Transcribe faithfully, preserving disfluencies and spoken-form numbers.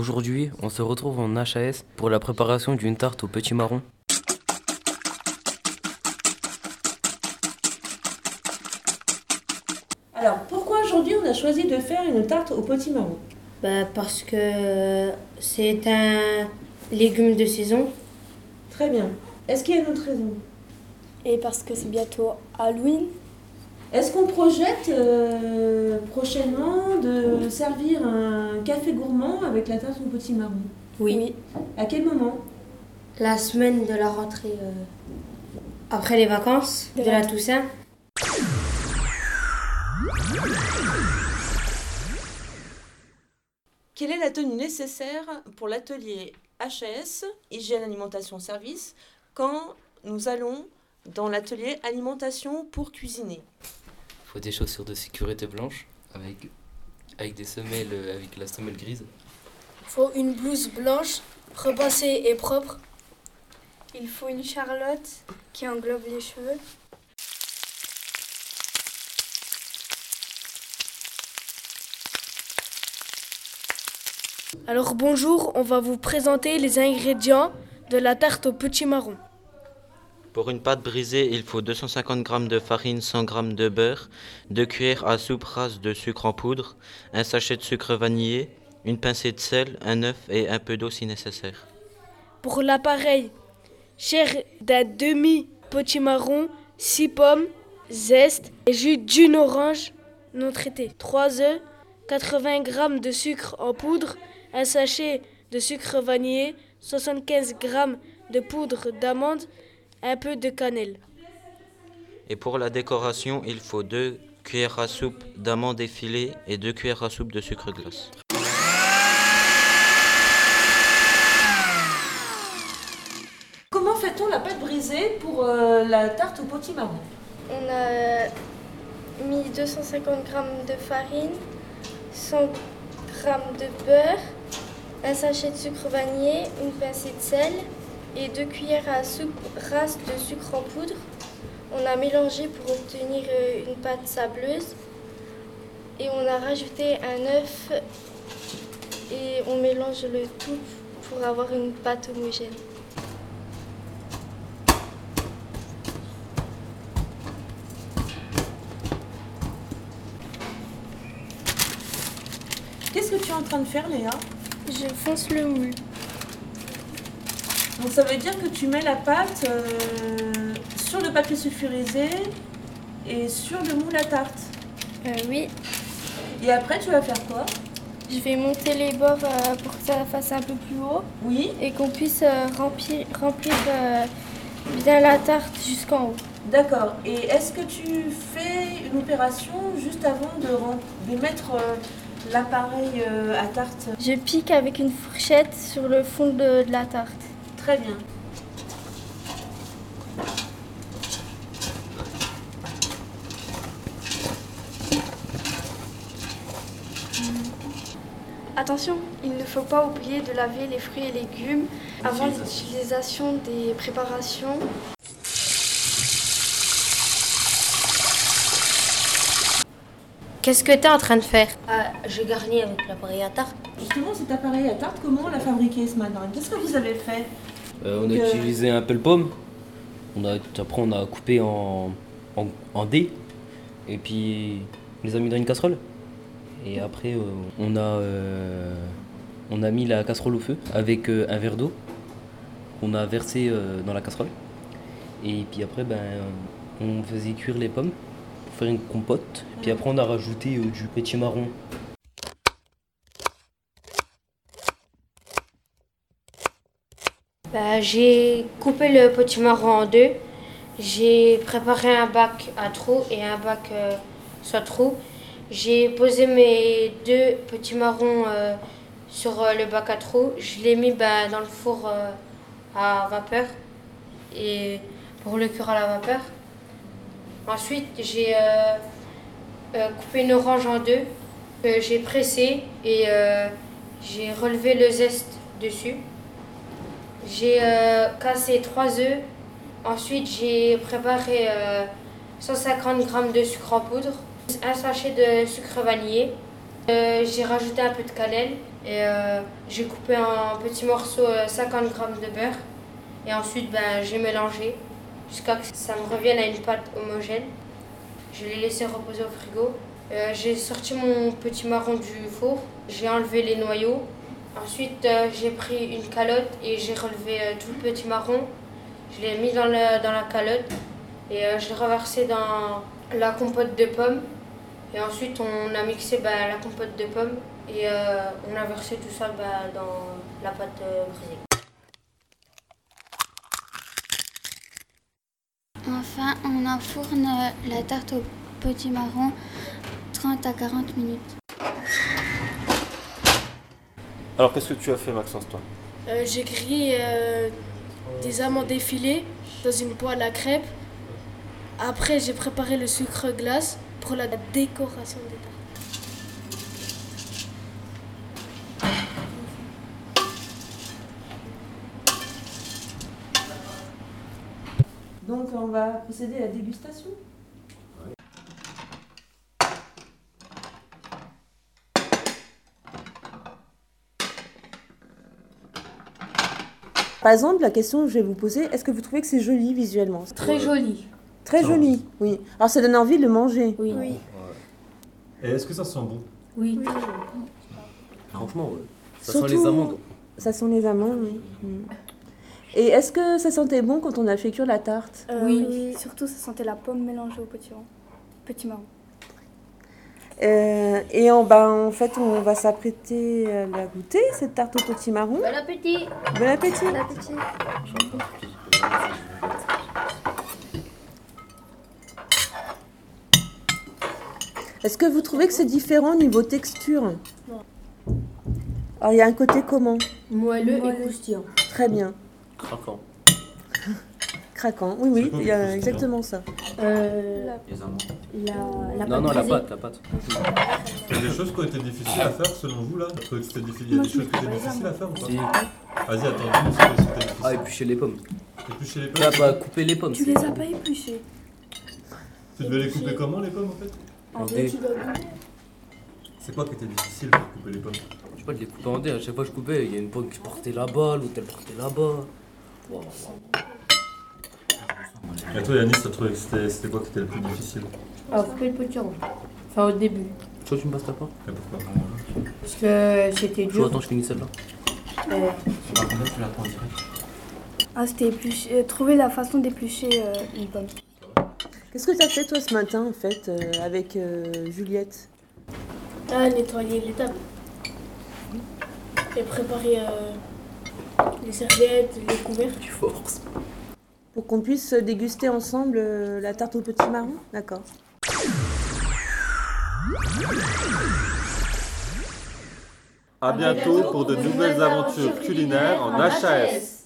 Aujourd'hui, on se retrouve en H A S pour la préparation d'une tarte au petit marron. Alors, pourquoi aujourd'hui on a choisi de faire une tarte au potimarron? Bah, parce que c'est un légume de saison. Très bien. Est-ce qu'il y a une autre raison? Et parce que c'est bientôt Halloween. Est-ce qu'on projette euh, prochainement de servir un café gourmand avec la tarte au potimarron? Oui. Oui. À quel moment? La semaine de la rentrée, euh, après les vacances de, De la la- Toussaint. Quelle est la tenue nécessaire pour l'atelier H A S, Hygiène Alimentation Service, quand nous allons dans l'atelier Alimentation pour cuisiner? Il faut des chaussures de sécurité blanches avec, avec des semelles euh, avec la semelle grise. Il faut une blouse blanche, repassée et propre. Il faut une charlotte qui englobe les cheveux. Alors bonjour, on va vous présenter les ingrédients de la tarte au petit marron. Pour une pâte brisée, il faut deux cent cinquante grammes de farine, cent grammes de beurre, deux cuillères à soupe rase de sucre en poudre, un sachet de sucre vanillé, une pincée de sel, un œuf et un peu d'eau si nécessaire. Pour l'appareil, chair d'un demi potimarron, six pommes, zeste et jus d'une orange non traité, trois œufs, quatre-vingts grammes de sucre en poudre, un sachet de sucre vanillé, soixante-quinze grammes de poudre d'amande, un peu de cannelle. Et pour la décoration, il faut deux cuillères à soupe d'amandes effilées et deux cuillères à soupe de sucre glace. Comment fait-on la pâte brisée pour euh, la tarte au potimarron? On a mis deux cent cinquante grammes de farine, cent grammes de beurre, un sachet de sucre vanillé, une pincée de sel et deux cuillères à soupe rase de sucre en poudre. On a mélangé pour obtenir euh, une pâte sableuse et on a rajouté un œuf et on mélange le tout pour avoir une pâte homogène. Qu'est-ce que tu es en train de faire, Léa? Je fonce le moule. Donc ça veut dire que tu mets la pâte euh, sur le papier sulfurisé et sur le moule à tarte. Euh, oui, Et après, tu vas faire quoi? je vais monter les bords euh, pour que ça fasse un peu plus haut. Oui. Et qu'on puisse euh, remplir, remplir euh, bien la tarte jusqu'en haut. D'accord. Et est-ce que tu fais une opération juste avant de, rem- de mettre euh, l'appareil euh, à tarte? Je pique avec une fourchette sur le fond de, de la tarte. Très bien. Attention, il ne faut pas oublier de laver les fruits et légumes avant l'utilisation des préparations. Qu'est-ce que tu es en train de faire? Ah, je garnis avec l'appareil à tarte. Justement, cet appareil à tarte, comment on l'a fabriqué ce matin? Qu'est-ce que vous avez fait? Euh, on a Donc, euh, utilisé un pelle pomme. On a, après, on a coupé en, en, en dés. Et puis, on les a mis dans une casserole. Et après, euh, on, a, euh, on a mis la casserole au feu avec euh, un verre d'eau qu'on a versé euh, dans la casserole. Et puis après, ben, on faisait cuire les pommes pour faire une compote. Puis après, on a rajouté euh, du petit marron. Bah, j'ai coupé le potimarron en deux. J'ai préparé un bac à trous et un bac euh, sans trous. J'ai posé mes deux potimarrons euh, sur euh, le bac à trous. Je l'ai mis bah, dans le four euh, à vapeur et pour le cuire à la vapeur. Ensuite, j'ai euh, euh, coupé une orange en deux que j'ai pressé et euh, j'ai relevé le zeste dessus. J'ai euh, cassé trois œufs. Ensuite, j'ai préparé euh, cent cinquante grammes de sucre en poudre, un sachet de sucre vanillé. Euh, j'ai rajouté un peu de cannelle Et euh, j'ai coupé en petits morceaux euh, cinquante grammes de beurre. Et ensuite, ben, j'ai mélangé jusqu'à ce que ça me revienne à une pâte homogène. Je l'ai laissé reposer au frigo. Euh, j'ai sorti mon petit marron du four. J'ai enlevé les noyaux. Ensuite, euh, j'ai pris une calotte et j'ai relevé euh, tout le petit marron. Je l'ai mis dans, le, dans la calotte et euh, je l'ai reversé dans la compote de pommes. Et ensuite, on a mixé ben, la compote de pommes et euh, on a versé tout ça ben, dans la pâte euh, brisée. Enfin, on enfourne la tarte au potimarron trente à quarante minutes. Alors, qu'est-ce que tu as fait, Maxence, toi? Euh, j'ai grillé euh, des amandes effilées dans une poêle à crêpes. Après, j'ai préparé le sucre glace pour la décoration des tartes. Donc on va procéder à la dégustation. Par exemple, la question que je vais vous poser, est-ce que vous trouvez que c'est joli visuellement? Très joli. Très joli, oui. Alors ça donne envie de le manger. Oui. Oui. Et est-ce que ça sent bon? Oui. Franchement, ouais. Ça Surtout- sent les amandes. Ça sent les amandes, oui. Mm. Et est-ce que ça sentait bon quand on a fait cuire la tarte? Euh, Oui. oui. Surtout, ça sentait la pomme mélangée au potimarron. Petit marron. Euh, Et en, ben, en fait, on va s'apprêter à la goûter, cette tarte au potimarron. Bon appétit. Bon appétit! Bon appétit. Est-ce que vous trouvez que c'est différent niveau texture? Non. Alors, il y a un côté comment? Moelleux et Moelleux. croustillant. Très bien. Craquant. Craquant. Oui, oui, il y a exactement ça. Euh, Les amandes. la, la Non, non, la brisée. pâte, la pâte. Il y a des choses qui ont été difficiles à faire, selon vous, là? Vous trouvez que c'était difficile? Il y a Moi, des je choses qui trouve étaient pas difficiles à faire ou pas? Si. Vas-y, attends, dis-nous ce que c'était difficile. Ah, éplucher les pommes. Éplucher les Là, pommes? bah, couper les pommes. Tu c'est- les as pas épluchées. Tu devais les couper comment, les pommes, en fait? En fait, dés. tu dois goûter. C'est quoi qui était difficile pour couper les pommes? Je sais pas, de les couper en dés. À chaque fois que je coupais, il y a une pomme qui partait là-bas, l'autre elle partait là-bas. Wow, wow. Et toi, Yanis, t'as trouvé que c'était c'était quoi qui était le plus difficile? Ah, couper le potimarron. Enfin, au début. Toi, tu me passes ta part? Et pourquoi? Parce que c'était Je dur. attends, je finis celle-là. Euh, Ah, c'était éplucher. euh, trouver la façon d'éplucher euh, une pomme. Qu'est-ce que tu as fait, toi, ce matin, en fait, euh, avec euh, Juliette? Ah, nettoyer les tables. Et préparer euh, les serviettes, les couverts. Tu forces. Pour qu'on puisse déguster ensemble euh, la tarte au potimarron? D'accord. À bientôt pour de nouvelles aventures culinaires en H A S.